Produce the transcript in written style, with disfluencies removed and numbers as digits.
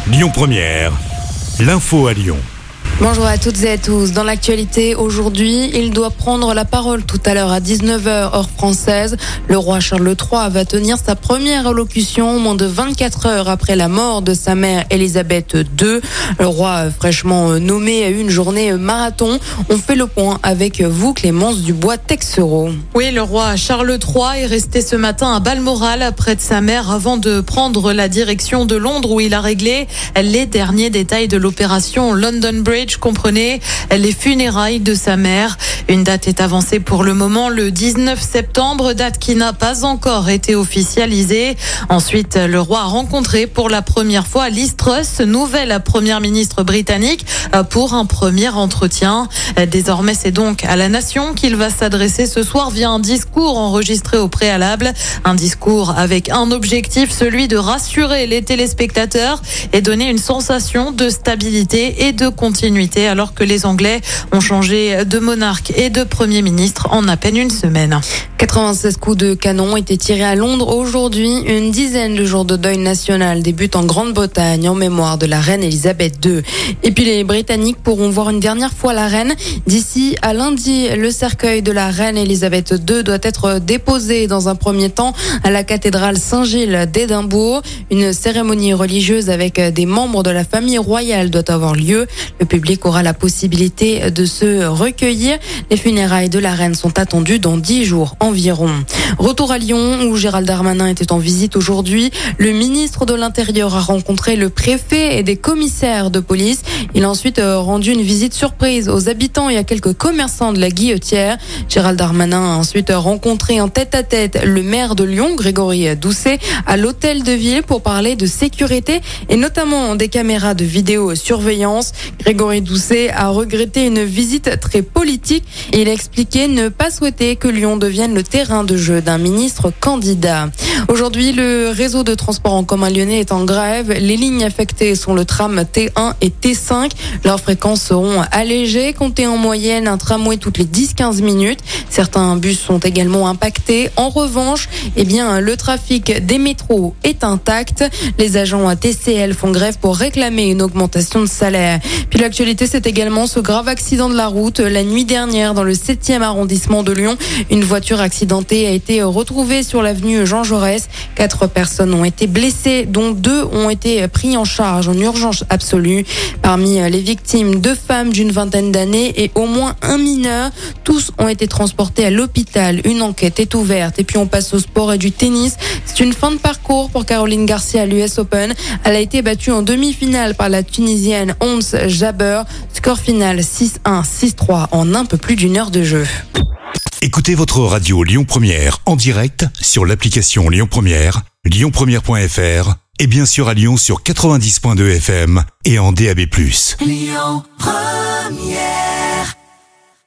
Lyon Première, l'info à Lyon. Bonjour à toutes et à tous. Dans l'actualité, aujourd'hui, il doit prendre la parole tout à l'heure à 19h heure française. Le roi Charles III va tenir sa première allocution moins de 24 heures après la mort de sa mère Elisabeth II. Le roi fraîchement nommé a eu une journée marathon. On fait le point avec vous, Clémence Dubois-Texero. Oui, le roi Charles III est resté ce matin à Balmoral près de sa mère avant de prendre la direction de Londres où il a réglé les derniers détails de l'opération London Bridge. Comprenez les funérailles de sa mère. Une date est avancée pour le moment, le 19 septembre, date qui n'a pas encore été officialisée. Ensuite, le roi a rencontré pour la première fois Liz Truss, nouvelle première ministre britannique, pour un premier entretien. Désormais, c'est donc à la nation qu'il va s'adresser ce soir via un discours enregistré au préalable. Un discours avec un objectif, celui de rassurer les téléspectateurs et donner une sensation de stabilité et de continuité alors que les Anglais ont changé de monarque et de Premier ministre en à peine une semaine. 96 coups de canon ont été tirés à Londres aujourd'hui. Une dizaine de jours de deuil national débutent en Grande-Bretagne en mémoire de la reine Elisabeth II. Et puis les Britanniques pourront voir une dernière fois la reine. D'ici à lundi, le cercueil de la reine Elisabeth II doit être déposé dans un premier temps à la cathédrale Saint-Gilles d'Édimbourg. Une cérémonie religieuse avec des membres de la famille royale doit avoir lieu. Le public aura la possibilité de se recueillir. Les funérailles de la reine sont attendues dans 10 jours environ. Retour à Lyon où Gérald Darmanin était en visite aujourd'hui. Le ministre de l'Intérieur a rencontré le préfet et des commissaires de police. Il a ensuite rendu une visite surprise aux habitants et à quelques commerçants de la Guillotière. Gérald Darmanin a ensuite rencontré en tête-à-tête le maire de Lyon, Grégory Doucet, à l'hôtel de ville pour parler de sécurité et notamment des caméras de vidéosurveillance. Grégory Doucet a regretté une visite très politique et il a expliqué ne pas souhaiter que Lyon devienne le terrain de jeu d'un ministre candidat. Aujourd'hui, le réseau de transport en commun lyonnais est en grève. Les lignes affectées sont le tram T1 et T5. Leurs fréquences seront allégées. Comptez en moyenne un tramway toutes les 10-15 minutes. Certains bus sont également impactés. En revanche, le trafic des métros est intact. Les agents TCL font grève pour réclamer une augmentation de salaire. Puis l'actualité, c'est également ce grave accident de la route la nuit dernière dans le 7e arrondissement de Lyon. Une voiture accidentée a été retrouvée sur l'avenue Jean Jaurès. 4 personnes ont été blessées, dont 2 ont été pris en charge en urgence absolue. Parmi les victimes, 2 femmes d'une vingtaine d'années et au moins un mineur. Tous ont été transportés à l'hôpital. Une enquête est ouverte. Et puis on passe au sport et du tennis. C'est une fin de parcours pour Caroline Garcia à l'US Open. Elle a été battue en demi-finale par la Tunisienne Ons Jabeur. Score final 6-1, 6-3 en un peu plus d'une heure de jeu. Écoutez votre radio Lyon Première en direct sur l'application Lyon Première, lyonpremière.fr et bien sûr à Lyon sur 90.2 FM et en DAB+. Lyon Première.